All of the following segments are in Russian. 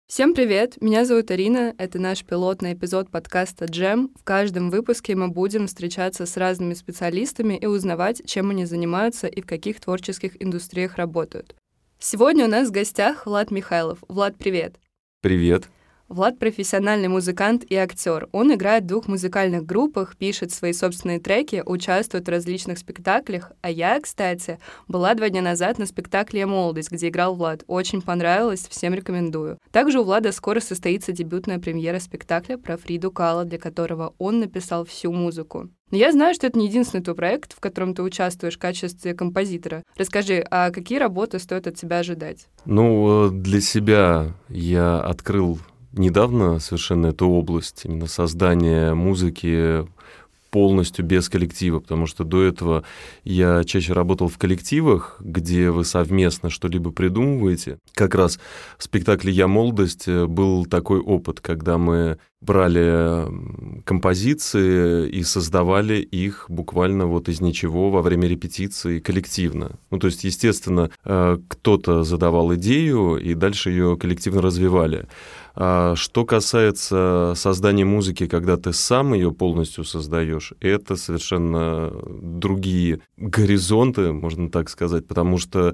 Всем привет! Меня зовут Арина. Это наш пилотный эпизод подкаста «Джем». В каждом выпуске мы будем встречаться с разными специалистами и узнавать, чем они занимаются и в каких творческих индустриях работают. Сегодня у нас в гостях Влад Михайлов. Влад, привет! Привет! Влад — профессиональный музыкант и актер. Он играет в 2 музыкальных группах, пишет свои собственные треки, участвует в различных спектаклях. А я, кстати, была 2 дня назад на спектакле «Молодость», где играл Влад. Очень понравилось, всем рекомендую. Также у Влада скоро состоится дебютная премьера спектакля про Фриду Кало, для которого он написал всю музыку. Но я знаю, что это не единственный твой проект, в котором ты участвуешь в качестве композитора. Расскажи, а какие работы стоит от тебя ожидать? Для себя я открыл недавно совершенно эту область, именно создание музыки полностью без коллектива, потому что до этого я чаще работал в коллективах, где вы совместно что-либо придумываете. Как раз в спектакле «Я молодость» был такой опыт, когда мы брали композиции и создавали их буквально вот из ничего во время репетиции коллективно. То есть, естественно, кто-то задавал идею, и дальше ее коллективно развивали. Что касается создания музыки, когда ты сам ее полностью создаешь, это совершенно другие горизонты, можно так сказать, потому что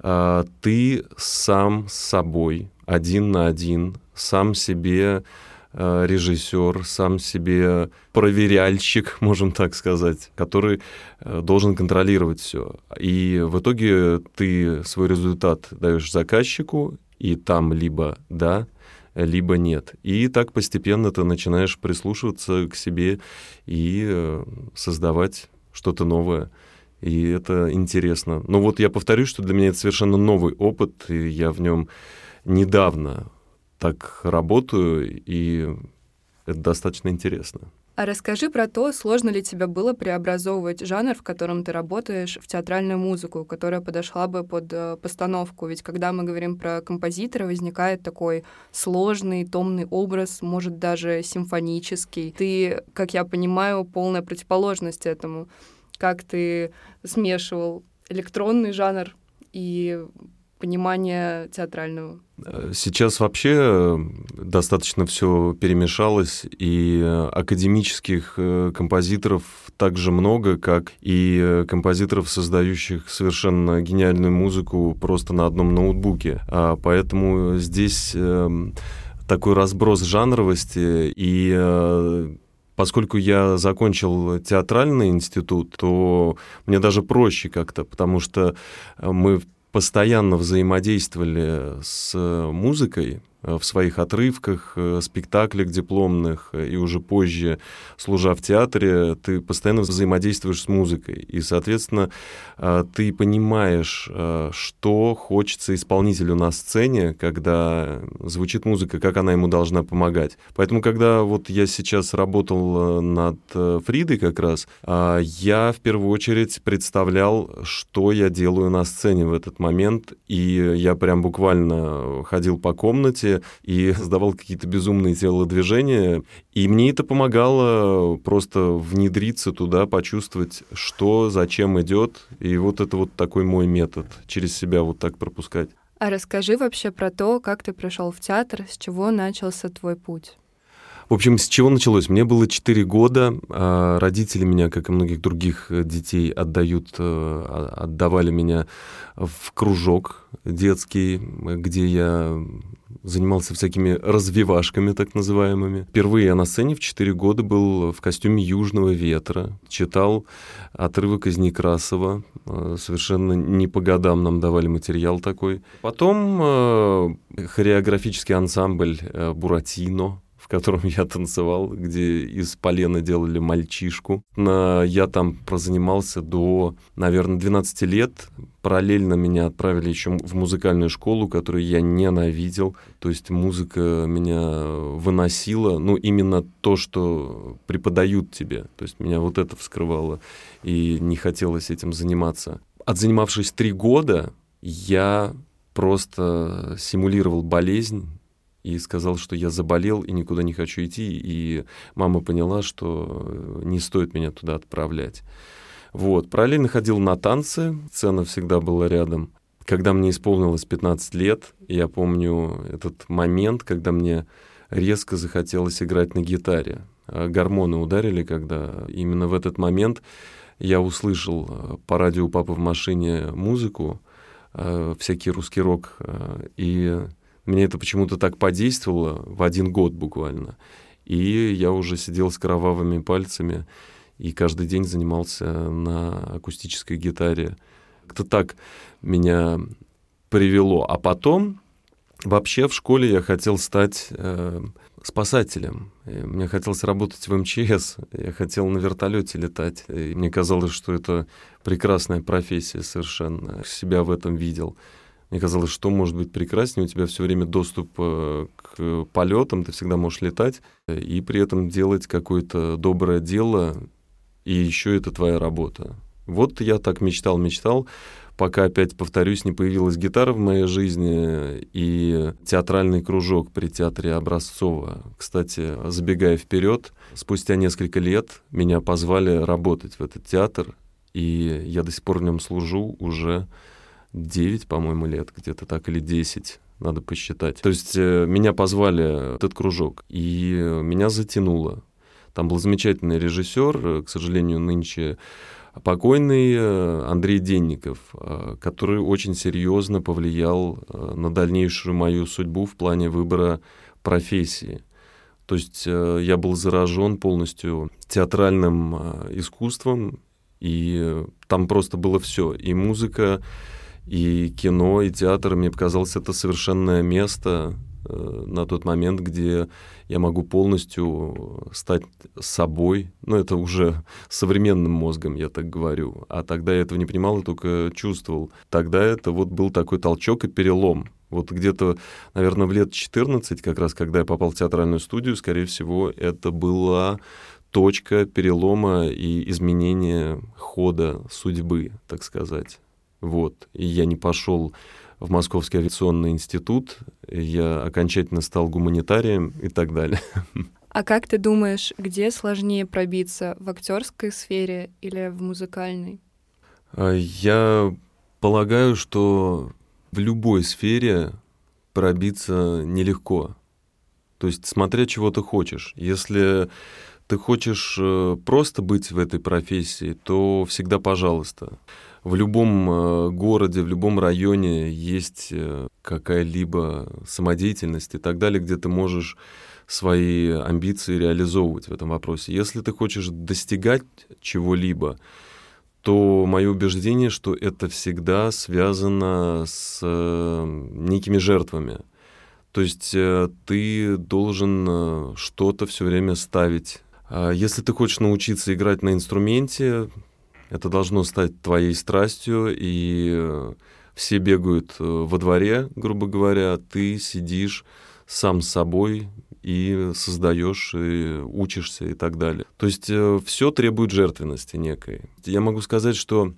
ты сам с собой, один на один, сам себе режиссер, сам себе проверяльщик, можем так сказать, который должен контролировать все. И в итоге ты свой результат даешь заказчику, и там либо да, либо нет. И так постепенно ты начинаешь прислушиваться к себе и создавать что-то новое. И это интересно. Но вот я повторюсь, что для меня это совершенно новый опыт, и я в нем недавно так работаю, и это достаточно интересно. А расскажи про то, сложно ли тебе было преобразовывать жанр, в котором ты работаешь, в театральную музыку, которая подошла бы под постановку. Ведь когда мы говорим про композитора, возникает такой сложный, томный образ, может, даже симфонический. Ты, как я понимаю, полная противоположность этому. Как ты смешивал электронный жанр и понимание театрального? Сейчас вообще достаточно все перемешалось, и академических композиторов так же много, как и композиторов, создающих совершенно гениальную музыку просто на одном ноутбуке. Поэтому здесь такой разброс жанровости, и поскольку я закончил театральный институт, то мне даже проще как-то, потому что мы постоянно взаимодействовали с музыкой в своих отрывках, спектаклях дипломных, и уже позже, служа в театре, ты постоянно взаимодействуешь с музыкой. И, соответственно, ты понимаешь, что хочется исполнителю на сцене, когда звучит музыка, как она ему должна помогать. Поэтому, когда вот я сейчас работал над Фридой как раз, я в первую очередь представлял, что я делаю на сцене в этот момент, и я прям буквально ходил по комнате и создавал какие-то безумные телодвижения, и мне это помогало просто внедриться туда, почувствовать, что, зачем идет, и вот это вот такой мой метод, через себя вот так пропускать. А расскажи вообще про то, как ты пришел в театр, с чего начался твой путь? В общем, с чего началось? Мне было 4 года, родители меня, как и многих других детей, отдавали меня в кружок детский, где я занимался всякими развивашками, так называемыми. Впервые я на сцене в 4 года был в костюме «Южного ветра», читал отрывок из Некрасова, совершенно не по годам нам давали материал такой. Потом хореографический ансамбль «Буратино», в котором я танцевал, где из полена делали мальчишку. Я там прозанимался до, наверное, 12 лет. Параллельно меня отправили еще в музыкальную школу, которую я ненавидел. То есть музыка меня выносила, именно то, что преподают тебе. То есть меня вот это вскрывало, и не хотелось этим заниматься. Отзанимавшись 3 года, я просто симулировал болезнь, и сказал, что я заболел и никуда не хочу идти, и мама поняла, что не стоит меня туда отправлять. Параллельно ходил на танцы, сцена всегда была рядом. когда мне исполнилось 15 лет, я помню этот момент, когда мне резко захотелось играть на гитаре. Гормоны ударили, когда именно в этот момент я услышал по радио у папы в машине музыку, всякий русский рок, и мне это почему-то так подействовало в 1 год буквально. И я уже сидел с кровавыми пальцами и каждый день занимался на акустической гитаре. Как-то так меня привело. А потом вообще в школе я хотел стать спасателем. И мне хотелось работать в МЧС. Я хотел на вертолете летать. И мне казалось, что это прекрасная профессия совершенно. Себя в этом видел. Мне казалось, что может быть прекраснее. У тебя все время доступ к полетам, ты всегда можешь летать и при этом делать какое-то доброе дело, и еще это твоя работа. Вот я так мечтал, пока, опять повторюсь, не появилась гитара в моей жизни и театральный кружок при театре Образцова. Кстати, забегая вперед, спустя несколько лет меня позвали работать в этот театр, и я до сих пор в нем служу уже 9, по-моему, лет, где-то так, или 10, надо посчитать. То есть меня позвали в этот кружок, и меня затянуло. Там был замечательный режиссер, к сожалению, нынче покойный Андрей Денников, который очень серьезно повлиял на дальнейшую мою судьбу в плане выбора профессии. То есть я был заражен полностью театральным искусством, и там просто было все. И музыка, и кино, и театр. Мне показалось, это совершенное место на тот момент, где я могу полностью стать собой. Ну, это уже современным мозгом, я так говорю. А тогда я этого не понимал, я только чувствовал. Тогда это вот был такой толчок и перелом. Вот где-то, наверное, в лет 14, как раз когда я попал в театральную студию, скорее всего, это была точка перелома и изменения хода судьбы, так сказать. Вот. И я не пошел в Московский авиационный институт, я окончательно стал гуманитарием и так далее. А как ты думаешь, где сложнее пробиться, в актерской сфере или в музыкальной? Я полагаю, что в любой сфере пробиться нелегко. То есть смотря чего ты хочешь. Если ты хочешь просто быть в этой профессии, то всегда пожалуйста. В любом городе, в любом районе есть какая-либо самодеятельность и так далее, где ты можешь свои амбиции реализовывать в этом вопросе. Если ты хочешь достигать чего-либо, то мое убеждение, что это всегда связано с некими жертвами. То есть ты должен что-то все время ставить. Если ты хочешь научиться играть на инструменте, это должно стать твоей страстью, и все бегают во дворе, грубо говоря, ты сидишь сам с собой и создаешь, и учишься и так далее. То есть все требует жертвенности некой. Я могу сказать, что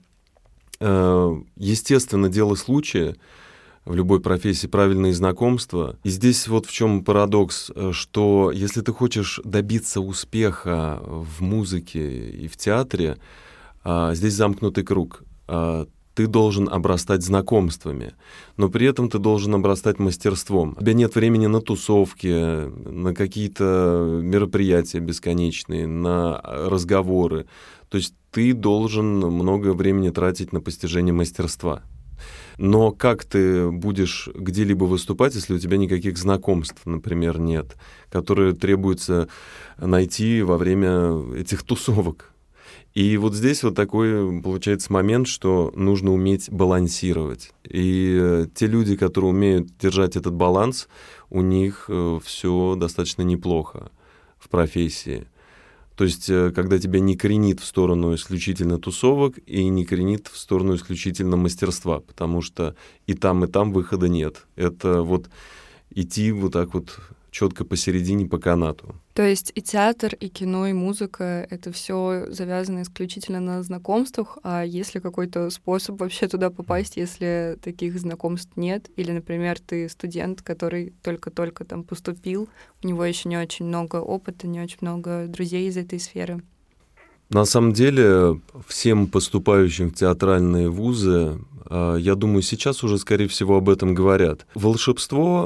естественно, дело случая в любой профессии правильные знакомства. И здесь вот в чем парадокс, что если ты хочешь добиться успеха в музыке и в театре, здесь замкнутый круг. Ты должен обрастать знакомствами, но при этом ты должен обрастать мастерством. У тебя нет времени на тусовки, на какие-то мероприятия бесконечные, на разговоры. То есть ты должен много времени тратить на постижение мастерства. Но как ты будешь где-либо выступать, если у тебя никаких знакомств, например, нет, которые требуется найти во время этих тусовок? И вот здесь вот такой получается момент, что нужно уметь балансировать. И те люди, которые умеют держать этот баланс, у них все достаточно неплохо в профессии. То есть, когда тебя не кренит в сторону исключительно тусовок и не кренит в сторону исключительно мастерства, потому что и там выхода нет. Это вот идти вот так вот четко посередине по канату. То есть и театр, и кино, и музыка — это все завязано исключительно на знакомствах, а есть ли какой-то способ вообще туда попасть, если таких знакомств нет? Или, например, ты студент, который только-только там поступил, у него еще не очень много опыта, не очень много друзей из этой сферы. На самом деле, всем поступающим в театральные вузы, я думаю, сейчас уже, скорее всего, об этом говорят. Волшебство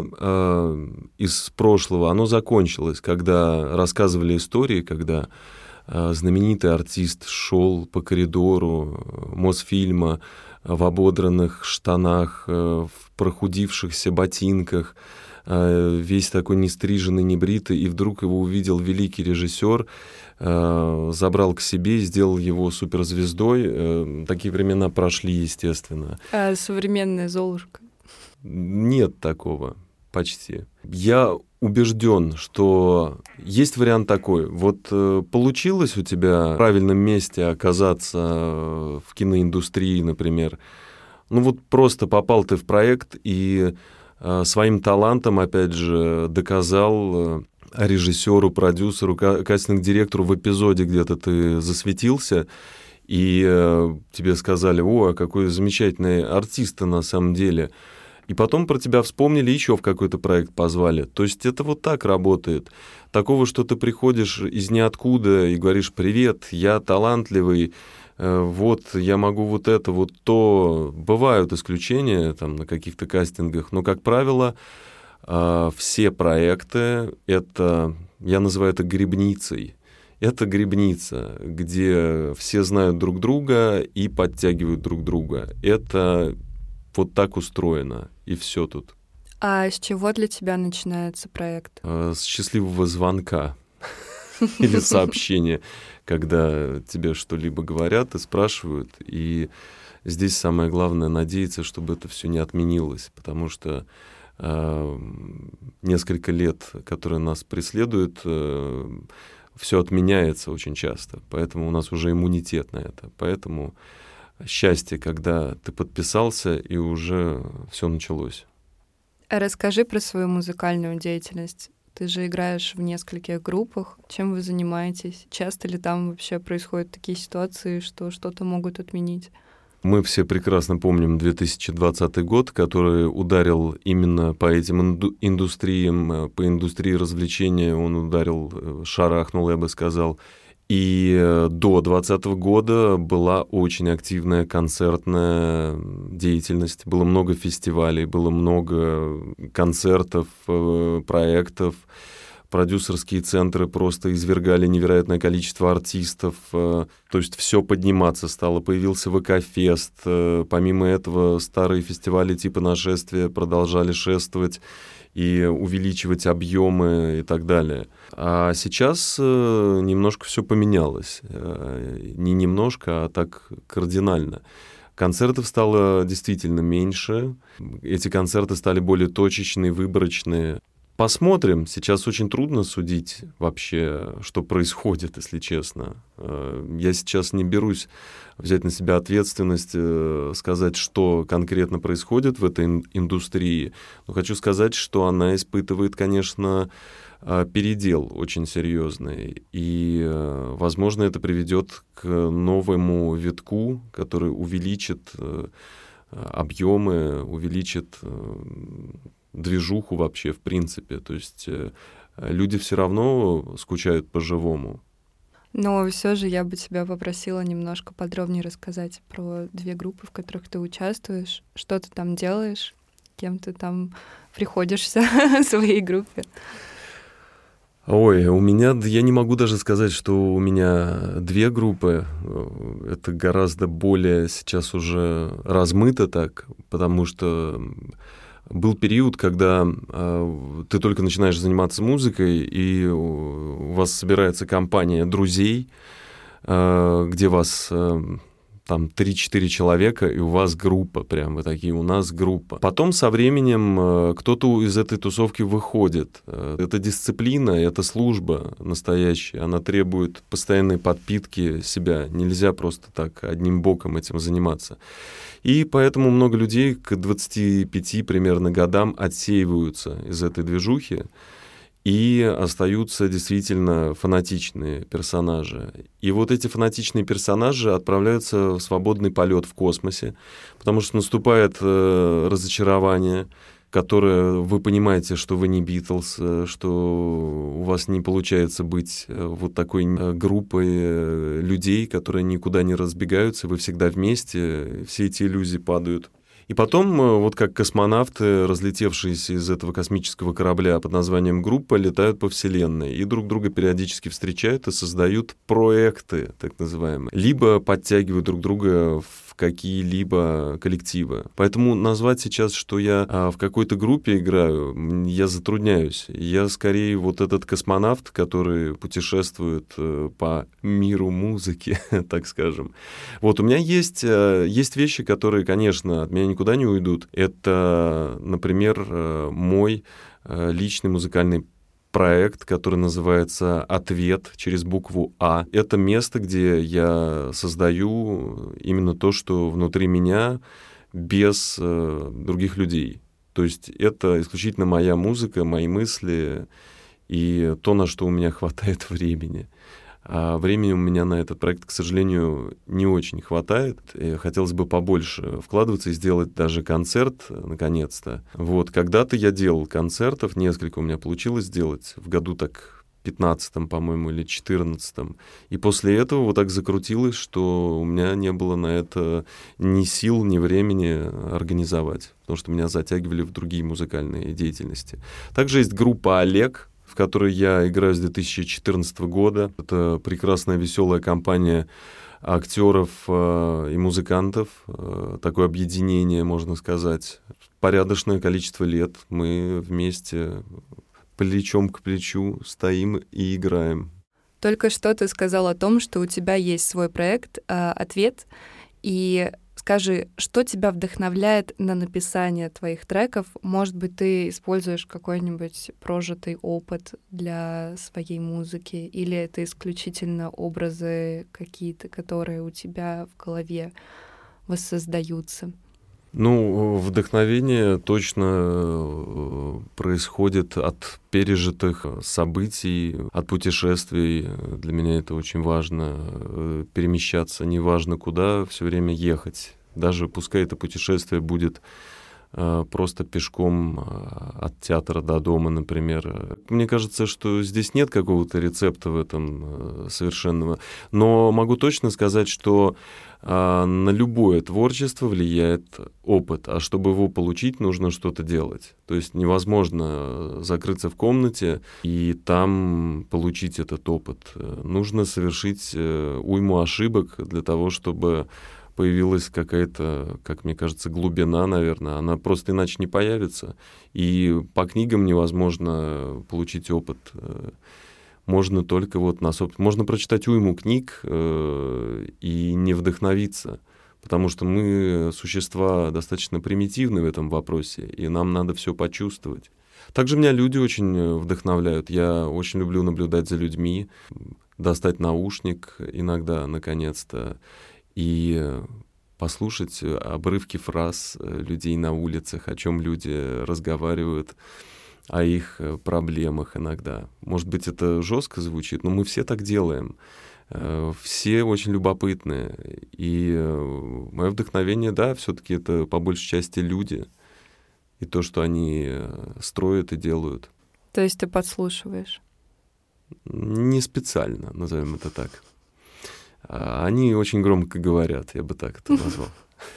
из прошлого, оно закончилось, когда рассказывали истории, когда знаменитый артист шел по коридору Мосфильма в ободранных штанах, в прохудившихся ботинках, весь такой нестриженный, небритый, и вдруг его увидел великий режиссер, забрал к себе, сделал его суперзвездой. Такие времена прошли, естественно. А современная Золушка? Нет такого, почти. Я убежден, что есть вариант такой. Вот получилось у тебя в правильном месте оказаться в киноиндустрии, например. Ну вот просто попал ты в проект и своим талантом, опять же, доказал режиссеру, продюсеру, кастинг-директору в эпизоде где-то ты засветился, и тебе сказали: «О, какой замечательный артист ты на самом деле». И потом про тебя вспомнили, еще в какой-то проект позвали. То есть это вот так работает. Такого, что ты приходишь из ниоткуда и говоришь: «Привет, я талантливый, вот я могу вот это, вот то». Бывают исключения там на каких-то кастингах, но, как правило, все проекты — это, я называю это грибницей. Это грибница, где все знают друг друга и подтягивают друг друга. Это вот так устроено, и все тут. А с чего для тебя начинается проект? С счастливого звонка или сообщения, когда тебе что-либо говорят и спрашивают. И здесь самое главное — надеяться, чтобы это все не отменилось, потому что несколько лет, которые нас преследуют, все отменяется очень часто, поэтому у нас уже иммунитет на это. Поэтому счастье, когда ты подписался, и уже все началось. Расскажи про свою музыкальную деятельность. Ты же играешь в нескольких группах. Чем вы занимаетесь? Часто ли там вообще происходят такие ситуации, что что-то могут отменить? Мы все прекрасно помним 2020 год, который ударил именно по этим индустриям, по индустрии развлечения. Он ударил, шарахнул, я бы сказал. И до 2020 года была очень активная концертная деятельность. Было много фестивалей, было много концертов, проектов. Продюсерские центры просто извергали невероятное количество артистов. То есть все подниматься стало. Появился ВК-фест. Помимо этого, старые фестивали типа «Нашествия» продолжали шествовать и увеличивать объемы и так далее. А сейчас немножко все поменялось. Не немножко, а так кардинально. Концертов стало действительно меньше. Эти концерты стали более точечные, выборочные. Посмотрим. Сейчас очень трудно судить вообще, что происходит, если честно. Я сейчас не берусь взять на себя ответственность, сказать, что конкретно происходит в этой индустрии. Но хочу сказать, что она испытывает, конечно, передел очень серьезный. И, возможно, это приведет к новому витку, который увеличит объемы, увеличит движуху вообще, в принципе. То есть люди все равно скучают по-живому. Но все же я бы тебя попросила немножко подробнее рассказать про две группы, в которых ты участвуешь. Что ты там делаешь? Кем ты там приходишься в своей группе? Ой, я не могу даже сказать, что у меня две группы. Это гораздо более сейчас уже размыто так, потому что был период, когда ты только начинаешь заниматься музыкой, и у вас собирается компания друзей, где вас там 3-4 человека, и у вас группа, прям вы такие: у нас группа. Потом со временем кто-то из этой тусовки выходит. Это дисциплина, это служба настоящая, она требует постоянной подпитки себя. Нельзя просто так одним боком этим заниматься. И поэтому много людей к 25 примерно годам отсеиваются из этой движухи, и остаются действительно фанатичные персонажи. И вот эти фанатичные персонажи отправляются в свободный полет в космосе, потому что наступает разочарование. которое вы понимаете, что вы не Битлз, что у вас не получается быть вот такой группой людей, которые никуда не разбегаются, вы всегда вместе, все эти иллюзии падают. И потом, вот как космонавты, разлетевшиеся из этого космического корабля под названием «Группа», летают по Вселенной и друг друга периодически встречают и создают проекты, так называемые, либо подтягивают друг друга в какие-либо коллективы. Поэтому назвать сейчас, что я в какой-то группе играю, я затрудняюсь. Я скорее вот этот космонавт, который путешествует по миру музыки, так скажем. Вот у меня есть вещи, которые, конечно, от меня никуда не уйдут. Это, например, мой личный музыкальный проект, который называется «Ответ» через букву «А». Это место, где я создаю именно то, что внутри меня, без других людей. То есть это исключительно моя музыка, мои мысли и то, на что у меня хватает времени. А времени у меня на этот проект, к сожалению, не очень хватает. И хотелось бы побольше вкладываться и сделать даже концерт, наконец-то. Вот, когда-то я делал концертов, несколько у меня получилось сделать, в году так 15-м, по-моему, или 14-м. И после этого вот так закрутилось, что у меня не было на это ни сил, ни времени организовать, потому что меня затягивали в другие музыкальные деятельности. Также есть группа «Олег», в которой я играю с 2014 года. Это прекрасная, веселая компания актеров и музыкантов. Такое объединение, можно сказать. Порядочное количество лет мы вместе плечом к плечу стоим и играем. Только что ты сказал о том, что у тебя есть свой проект «Ответ». И скажи, что тебя вдохновляет на написание твоих треков? Может быть, ты используешь какой-нибудь прожитый опыт для своей музыки? Или это исключительно образы какие-то, которые у тебя в голове воссоздаются? Ну, вдохновение точно происходит от пережитых событий, от путешествий. Для меня это очень важно. Перемещаться, неважно куда, все время ехать. Даже пускай это путешествие будет просто пешком от театра до дома, например. Мне кажется, что здесь нет какого-то рецепта в этом совершенного. Но могу точно сказать, что на любое творчество влияет опыт, а чтобы его получить, нужно что-то делать. То есть невозможно закрыться в комнате и там получить этот опыт. Нужно совершить уйму ошибок для того, чтобы появилась какая-то, как мне кажется, глубина, наверное. Она просто иначе не появится. И по книгам невозможно получить опыт. Можно только вот можно прочитать уйму книг и не вдохновиться, потому что мы существа достаточно примитивны в этом вопросе, и нам надо все почувствовать. Также меня люди очень вдохновляют. Я очень люблю наблюдать за людьми, достать наушник иногда, наконец-то, и послушать обрывки фраз людей на улицах, о чем люди разговаривают, о их проблемах иногда. Может быть, это жестко звучит, но мы все так делаем. Все очень любопытные. И мое вдохновение, да, все-таки это по большей части люди и то, что они строят и делают. То есть ты подслушиваешь? Не специально, назовем это так. Они очень громко говорят, я бы так это назвал.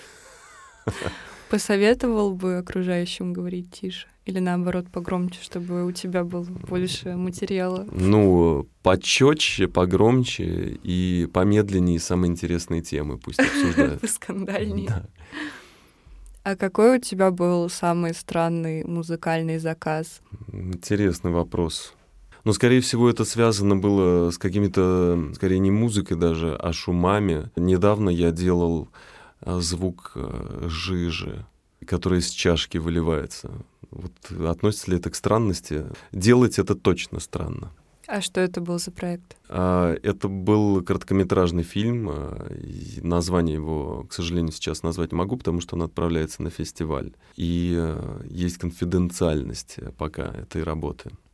Посоветовал бы окружающим говорить тише? Или наоборот погромче, чтобы у тебя было больше материала? Ну, почетче, погромче и помедленнее самые интересные темы пусть обсуждают. Поскандальнее. Да. А какой у тебя был самый странный музыкальный заказ? Интересный вопрос. Но, скорее всего, это связано было с какими-то, скорее, не музыкой даже, а шумами. Недавно я делал звук жижи, который из чашки выливается. Вот относится ли это к странности? Делать это точно странно. А что это был за проект? Это был короткометражный фильм. Название его, к сожалению, сейчас назвать не могу, потому что он отправляется на фестиваль. И есть конфиденциальность пока этой работы.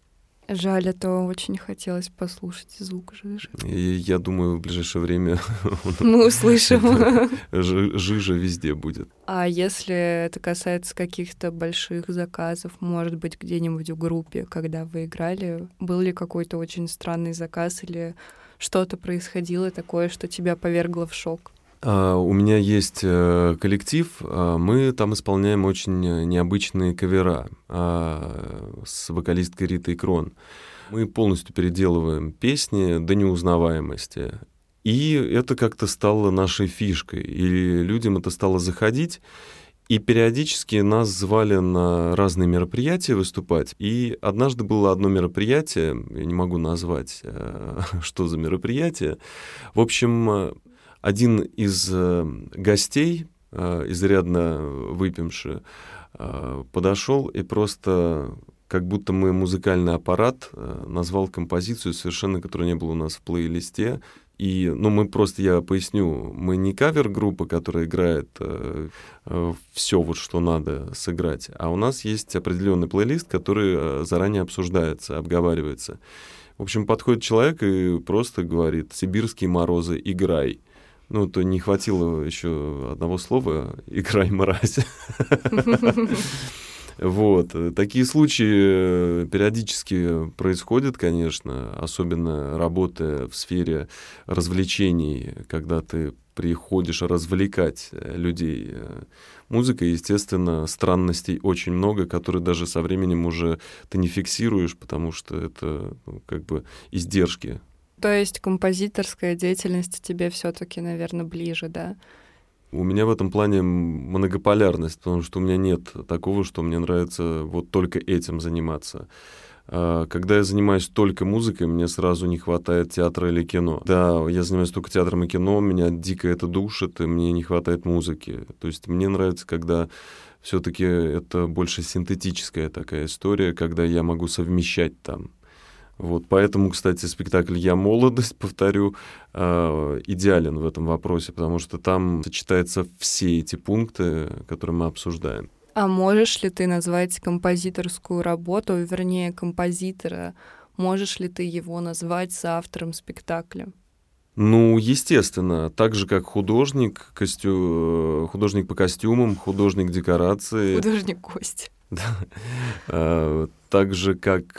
Жаль, это очень хотелось послушать звук жижи. И я думаю, в ближайшее время Мы услышим. жижа везде будет. А если это касается каких-то больших заказов, может быть, где-нибудь в группе, когда вы играли, был ли какой-то очень странный заказ или что-то происходило такое, что тебя повергло в шок? У меня есть коллектив, мы там исполняем очень необычные кавера с вокалисткой Ритой Крон. Мы полностью переделываем песни до неузнаваемости. И это как-то стало нашей фишкой. И людям это стало заходить. И периодически нас звали на разные мероприятия выступать. И однажды было одно мероприятие, я не могу назвать, что за мероприятие. В общем, один из гостей, изрядно выпивший, подошел и просто, как будто мы музыкальный аппарат, назвал композицию совершенно, которая не была у нас в плейлисте. И, мы просто, я поясню, мы не кавер-группа, которая играет все, вот что надо сыграть, а у нас есть определенный плейлист, который заранее обсуждается, обговаривается. В общем, подходит человек и просто говорит: «Сибирские морозы, играй». То не хватило еще одного слова: «Играй, мразь». Вот. Такие случаи периодически происходят, конечно, особенно работая в сфере развлечений, когда ты приходишь развлекать людей. Музыка, естественно, странностей очень много, которые даже со временем уже ты не фиксируешь, потому что это как бы издержки. То есть композиторская деятельность тебе все-таки, наверное, ближе, да? У меня в этом плане многополярность, потому что у меня нет такого, что мне нравится вот только этим заниматься. Когда я занимаюсь только музыкой, мне сразу не хватает театра или кино. Да, я занимаюсь только театром и кино, меня дико это душит, и мне не хватает музыки. То есть мне нравится, когда все-таки это больше синтетическая такая история, когда я могу совмещать там. Вот, поэтому, кстати, спектакль «Я молодость», повторю, идеален в этом вопросе, потому что там сочетаются все эти пункты, которые мы обсуждаем. А можешь ли ты назвать композиторскую работу, вернее, композитора, можешь ли ты его назвать соавтором спектакля? Естественно, так же, как художник, художник по костюмам, художник декорации. Художник Костя. Так же, как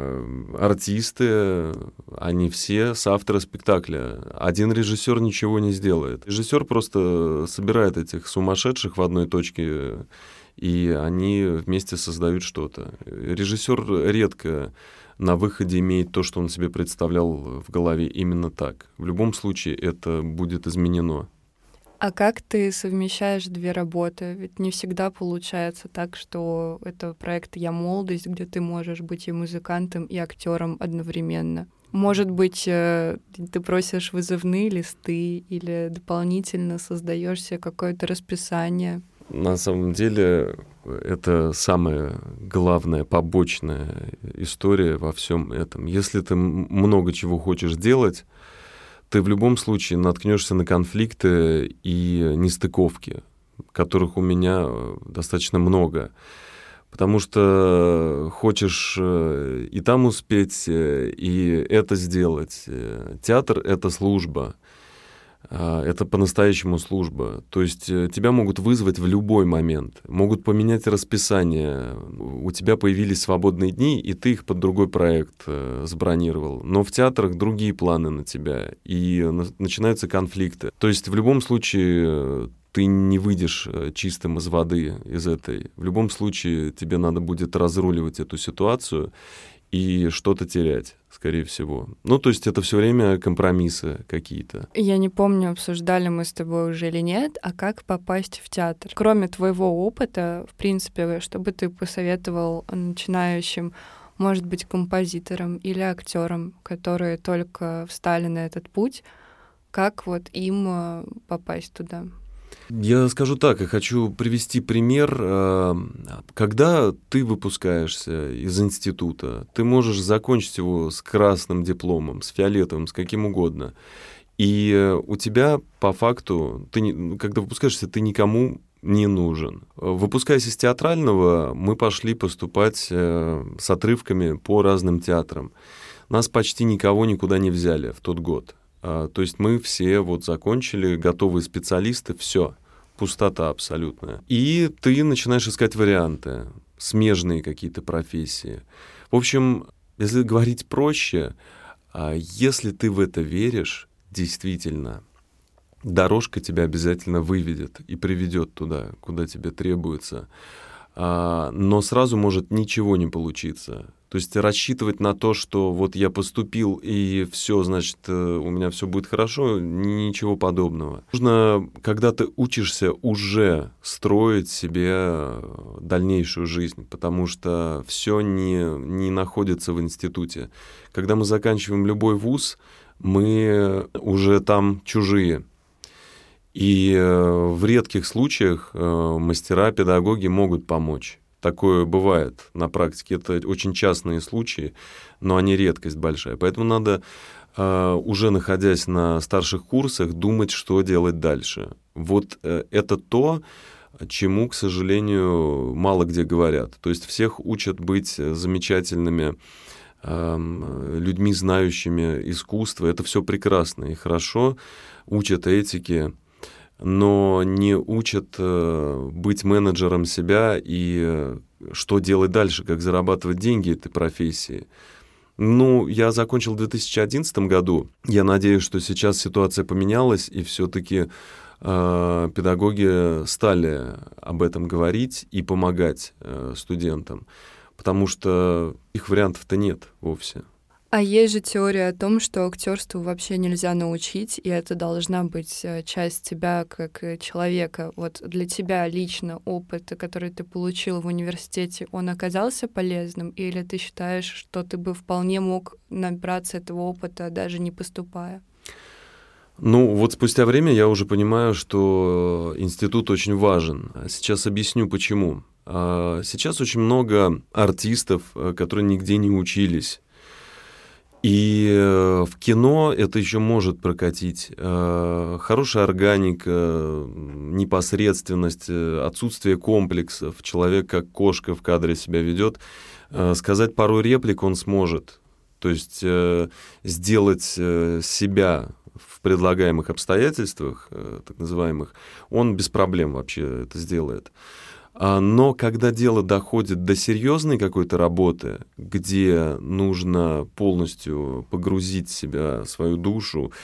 артисты, они все соавторы спектакля. Один режиссер ничего не сделает. Режиссер просто собирает этих сумасшедших в одной точке, и они вместе создают что-то. Режиссер редко на выходе имеет то, что он себе представлял в голове именно так. В любом случае это будет изменено. А как ты совмещаешь две работы? Ведь не всегда получается так, что это проект «Я молодость», где ты можешь быть и музыкантом, и актером одновременно. Может быть, ты просишь вызывные листы или дополнительно создаешь себе какое-то расписание? На самом деле это самая главная побочная история во всем этом. Если ты много чего хочешь делать, ты в любом случае наткнешься на конфликты и нестыковки, которых у меня достаточно много. Потому что хочешь и там успеть, и это сделать. Театр — это служба. Это по-настоящему служба. То есть тебя могут вызвать в любой момент, могут поменять расписание. У тебя появились свободные дни, и ты их под другой проект забронировал. Но в театрах другие планы на тебя, и начинаются конфликты. То есть в любом случае ты не выйдешь чистым из воды из этой. В любом случае тебе надо будет разруливать эту ситуацию и что-то терять, скорее всего. То есть это все время компромиссы какие-то. Я не помню, обсуждали мы с тобой уже или нет, а как попасть в театр? Кроме твоего опыта, в принципе, что бы ты посоветовал начинающим, может быть, композиторам или актерам, которые только встали на этот путь, как вот им попасть туда? Я скажу так, я хочу привести пример. Когда ты выпускаешься из института, ты можешь закончить его с красным дипломом, с фиолетовым, с каким угодно. И у тебя по факту, когда выпускаешься, ты никому не нужен. Выпускаясь из театрального, мы пошли поступать с отрывками по разным театрам. Нас почти никого никуда не взяли в тот год. То есть мы все вот закончили, готовые специалисты, все, пустота абсолютная. И ты начинаешь искать варианты, смежные какие-то профессии. В общем, если говорить проще, если ты в это веришь, действительно, дорожка тебя обязательно выведет и приведет туда, куда тебе требуется. Но сразу может ничего не получиться. То есть рассчитывать на то, что вот я поступил и все, значит, у меня все будет хорошо, ничего подобного. Нужно, когда ты учишься, уже строить себе дальнейшую жизнь, потому что все не находится в институте. Когда мы заканчиваем любой вуз, мы уже там чужие. И в редких случаях мастера, педагоги могут помочь. Такое бывает на практике. Это очень частные случаи, но они редкость большая. Поэтому надо, уже находясь на старших курсах, думать, что делать дальше. Вот это то, чему, к сожалению, мало где говорят. То есть всех учат быть замечательными людьми, знающими искусство. Это все прекрасно и хорошо. Учат этике, но не учат быть менеджером себя и что делать дальше, как зарабатывать деньги этой профессии. Ну, я закончил в 2011 году. Я надеюсь, что сейчас ситуация поменялась, и все-таки педагоги стали об этом говорить и помогать студентам, потому что их вариантов-то нет вовсе. А есть же теория о том, что актерству вообще нельзя научить, и это должна быть часть тебя как человека. Вот для тебя лично опыт, который ты получил в университете, он оказался полезным? Или ты считаешь, что ты бы вполне мог набраться этого опыта, даже не поступая? Ну, вот спустя время я уже понимаю, что институт очень важен. Сейчас объясню, почему. Сейчас очень много артистов, которые нигде не учились. И в кино это еще может прокатить. Хорошая органика, непосредственность, отсутствие комплексов. Человек как кошка в кадре себя ведет. Сказать пару реплик он сможет. То есть сделать себя в предлагаемых обстоятельствах, так называемых, он без проблем вообще это сделает. Но когда дело доходит до серьезной какой-то работы, где нужно полностью погрузить себя, свою душу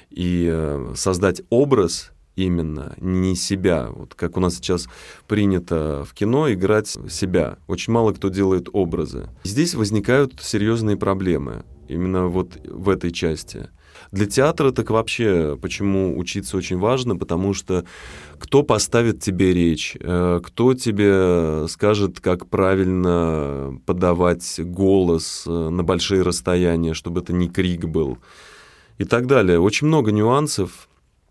и создать образ именно, не себя, вот как у нас сейчас принято в кино играть себя. Очень мало кто делает образы. Здесь возникают серьезные проблемы именно вот в этой части. Для театра так вообще, почему учиться очень важно, потому что кто поставит тебе речь, кто тебе скажет, как правильно подавать голос на большие расстояния, чтобы это не крик был и так далее. Очень много нюансов,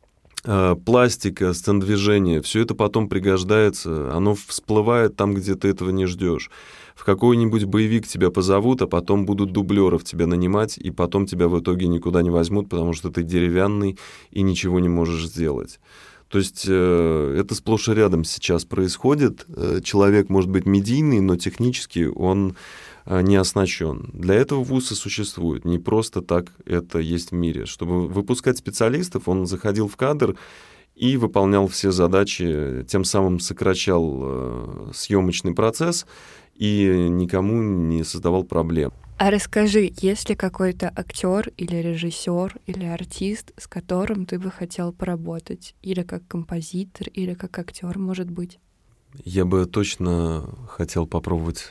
пластика, сцен-движения, все это потом пригождается, оно всплывает там, где ты этого не ждешь. В какой-нибудь боевик тебя позовут, а потом будут дублеров тебя нанимать, и потом тебя в итоге никуда не возьмут, потому что ты деревянный и ничего не можешь сделать. То есть это сплошь и рядом сейчас происходит. Человек может быть медийный, но технически он не оснащен. Для этого вуз и существует. Не просто так это есть в мире. Чтобы выпускать специалистов, он заходил в кадр и выполнял все задачи, тем самым сокращал съемочный процесс и никому не создавал проблем. А расскажи, есть ли какой-то актер или режиссер или артист, с которым ты бы хотел поработать? Или как композитор, или как актер, может быть? Я бы точно хотел попробовать,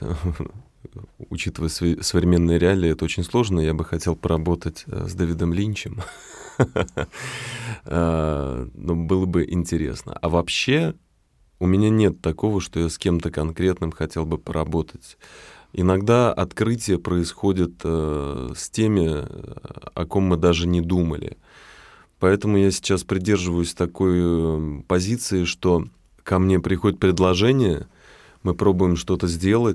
учитывая современные реалии, это очень сложно, я бы хотел поработать с Дэвидом Линчем. Но было бы интересно. А вообще у меня нет такого, что я с кем-то конкретным хотел бы поработать. Иногда открытие происходит с теми, о ком мы даже не думали. Поэтому я сейчас придерживаюсь такой позиции, что ко мне приходит предложение, мы пробуем что-то сделать,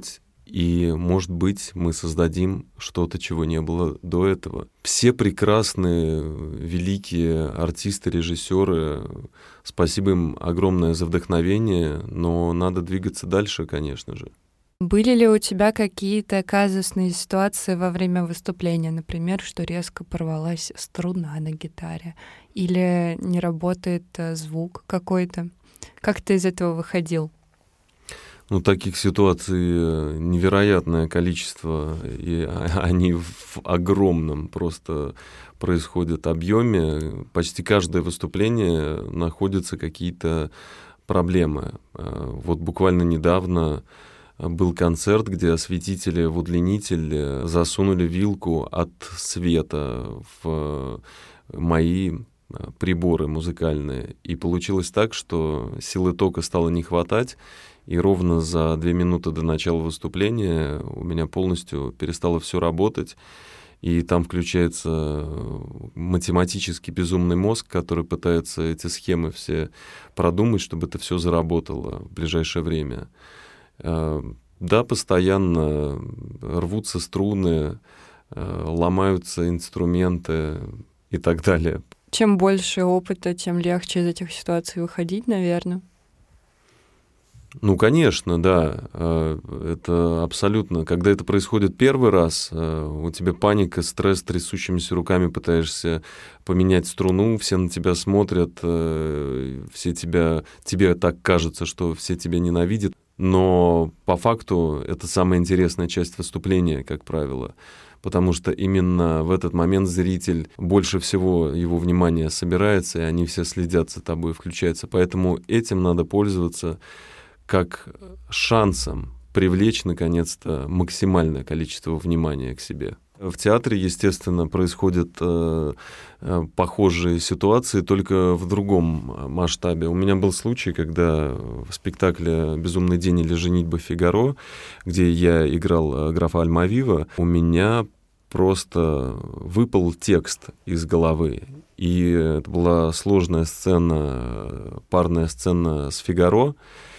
И, может быть, мы создадим что-то, чего не было до этого. Все прекрасные, великие артисты, режиссеры, спасибо им огромное за вдохновение, но надо двигаться дальше, конечно же. Были ли у тебя какие-то казусные ситуации во время выступления? Например, что резко порвалась струна на гитаре или не работает звук какой-то? Как ты из этого выходил? Ну, таких ситуаций невероятное количество, и они в огромном просто происходят объеме. Почти каждое выступление находятся какие-то проблемы. Вот буквально недавно был концерт, где осветители в удлинитель засунули вилку от света в мои приборы музыкальные. И получилось так, что силы тока стало не хватать, и ровно за 2 минуты до начала выступления у меня полностью перестало все работать. И там включается математический безумный мозг, который пытается эти схемы все продумать, чтобы это все заработало в ближайшее время. Да, постоянно рвутся струны, ломаются инструменты и так далее. Чем больше опыта, тем легче из этих ситуаций выходить, наверное. Ну, конечно, да. Это абсолютно. Когда это происходит первый раз, у тебя паника, стресс, трясущимися руками пытаешься поменять струну, все на тебя смотрят, тебе так кажется, что все тебя ненавидят. Но по факту это самая интересная часть выступления, как правило. Потому что именно в этот момент зритель, больше всего его внимания собирается, и они все следят за тобой, включаются. Поэтому этим надо пользоваться как шансом привлечь, наконец-то, максимальное количество внимания к себе. В театре, естественно, происходят похожие ситуации, только в другом масштабе. У меня был случай, когда в спектакле «Безумный день» или «Женитьба Фигаро», где я играл графа Альмавива, у меня просто выпал текст из головы. И это была сложная сцена, парная сцена с Фигаро,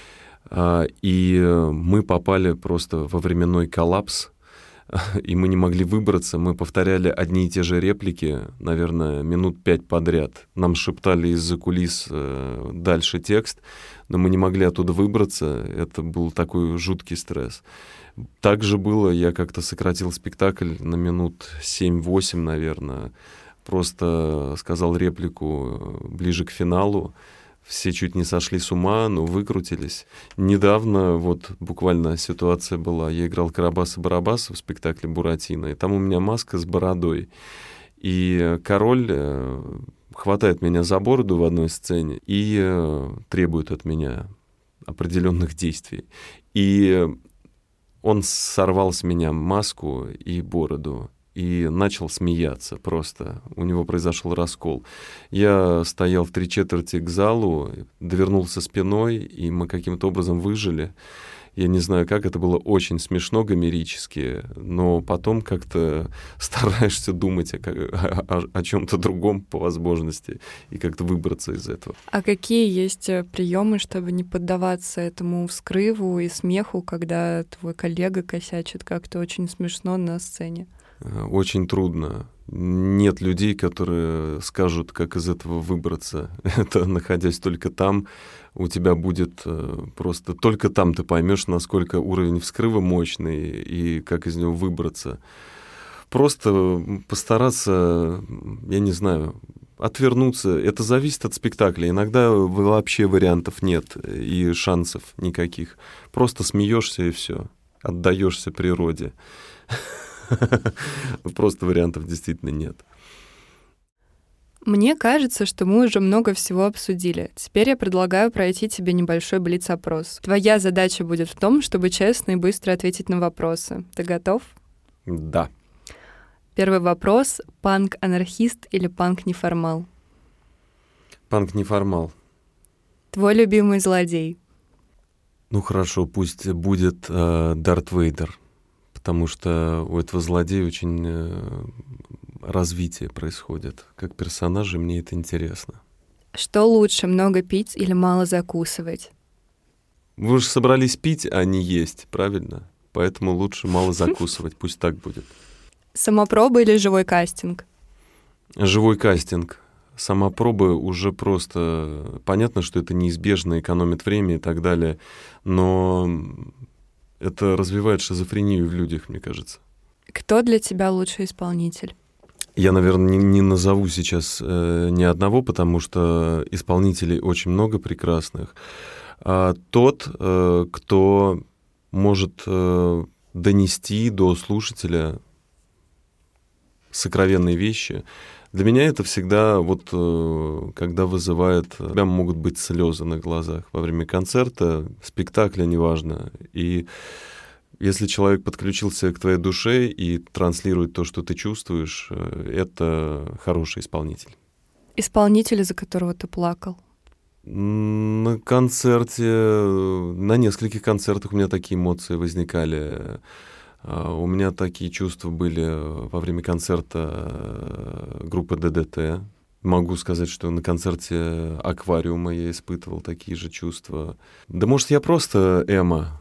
и мы попали просто во временной коллапс, и мы не могли выбраться. Мы повторяли одни и те же реплики, наверное, минут 5 подряд. Нам шептали из-за кулис дальше текст, но мы не могли оттуда выбраться. Это был такой жуткий стресс. Также было, я как-то сократил спектакль на минут 7-8, наверное. Просто сказал реплику ближе к финалу. Все чуть не сошли с ума, но выкрутились. Недавно вот буквально ситуация была. Я играл Карабаса-Барабаса в спектакле «Буратино», и там у меня маска с бородой. И король хватает меня за бороду в одной сцене и требует от меня определенных действий. И он сорвал с меня маску и бороду и начал смеяться просто. У него произошел раскол. Я стоял в 3/4 к залу, довернулся спиной, и мы каким-то образом выжили. Я не знаю как, это было очень смешно гомерически, но потом как-то стараешься думать о чем-то другом по возможности и как-то выбраться из этого. А какие есть приемы, чтобы не поддаваться этому вскрыву и смеху, когда твой коллега косячит как-то очень смешно на сцене? Очень трудно. Нет людей, которые скажут, как из этого выбраться. Это находясь только там, у тебя будет просто... Только там ты поймешь, насколько уровень вскрыва мощный и как из него выбраться. Просто постараться, я не знаю, отвернуться. Это зависит от спектакля. Иногда вообще вариантов нет и шансов никаких. Просто смеешься и все. Отдаешься природе. Просто вариантов действительно нет. Мне кажется, что мы уже много всего обсудили. Теперь я предлагаю пройти тебе небольшой блиц-опрос. Твоя задача будет в том, чтобы честно и быстро ответить на вопросы. Ты готов? Да. Первый вопрос. Панк-анархист или панк-неформал? Панк-неформал. Твой любимый злодей? Ну хорошо, пусть будет Дарт Вейдер. Потому что у этого злодея очень развитие происходит. Как персонажа мне это интересно. Что лучше, много пить или мало закусывать? Вы же собрались пить, а не есть, правильно? поэтому лучше мало закусывать, пусть так будет. Самопроба или живой кастинг? Живой кастинг. Сама проба уже просто... Понятно, что это неизбежно, экономит время и так далее, но это развивает шизофрению в людях, мне кажется. Кто для тебя лучший исполнитель? Я, наверное, не назову сейчас ни одного, потому что исполнителей очень много прекрасных. А тот, кто может донести до слушателя сокровенные вещи, для меня это всегда вот когда вызывает... У тебя могут быть слезы на глазах во время концерта, спектакля, неважно. И если человек подключился к твоей душе и транслирует то, что ты чувствуешь, это хороший исполнитель. Исполнитель, из-за которого ты плакал? На концерте, на нескольких концертах у меня такие эмоции возникали. У меня такие чувства были во время концерта группы ДДТ. Могу сказать, что на концерте «Аквариума» я испытывал такие же чувства. Да, может, я просто эмо.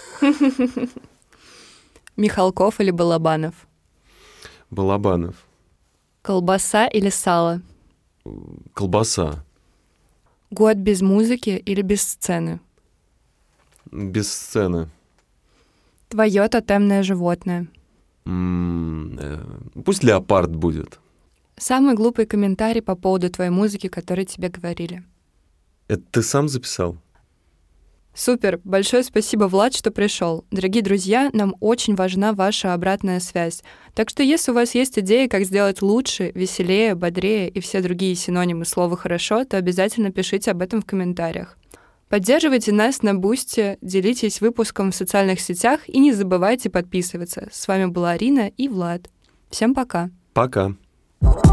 Михалков или Балабанов? Балабанов. Колбаса или сало? Колбаса. Год без музыки или без сцены? Без сцены. Твое тотемное животное? Пусть леопард будет. Самый глупый комментарий по поводу твоей музыки, который тебе говорили? Это ты сам записал? Супер! Большое спасибо, Влад, что пришел. Дорогие друзья, нам очень важна ваша обратная связь. Так что если у вас есть идеи, как сделать лучше, веселее, бодрее и все другие синонимы слова «хорошо», то обязательно пишите об этом в комментариях. Поддерживайте нас на Бусти, делитесь выпуском в социальных сетях и не забывайте подписываться. С вами была Арина и Влад. Всем пока. Пока.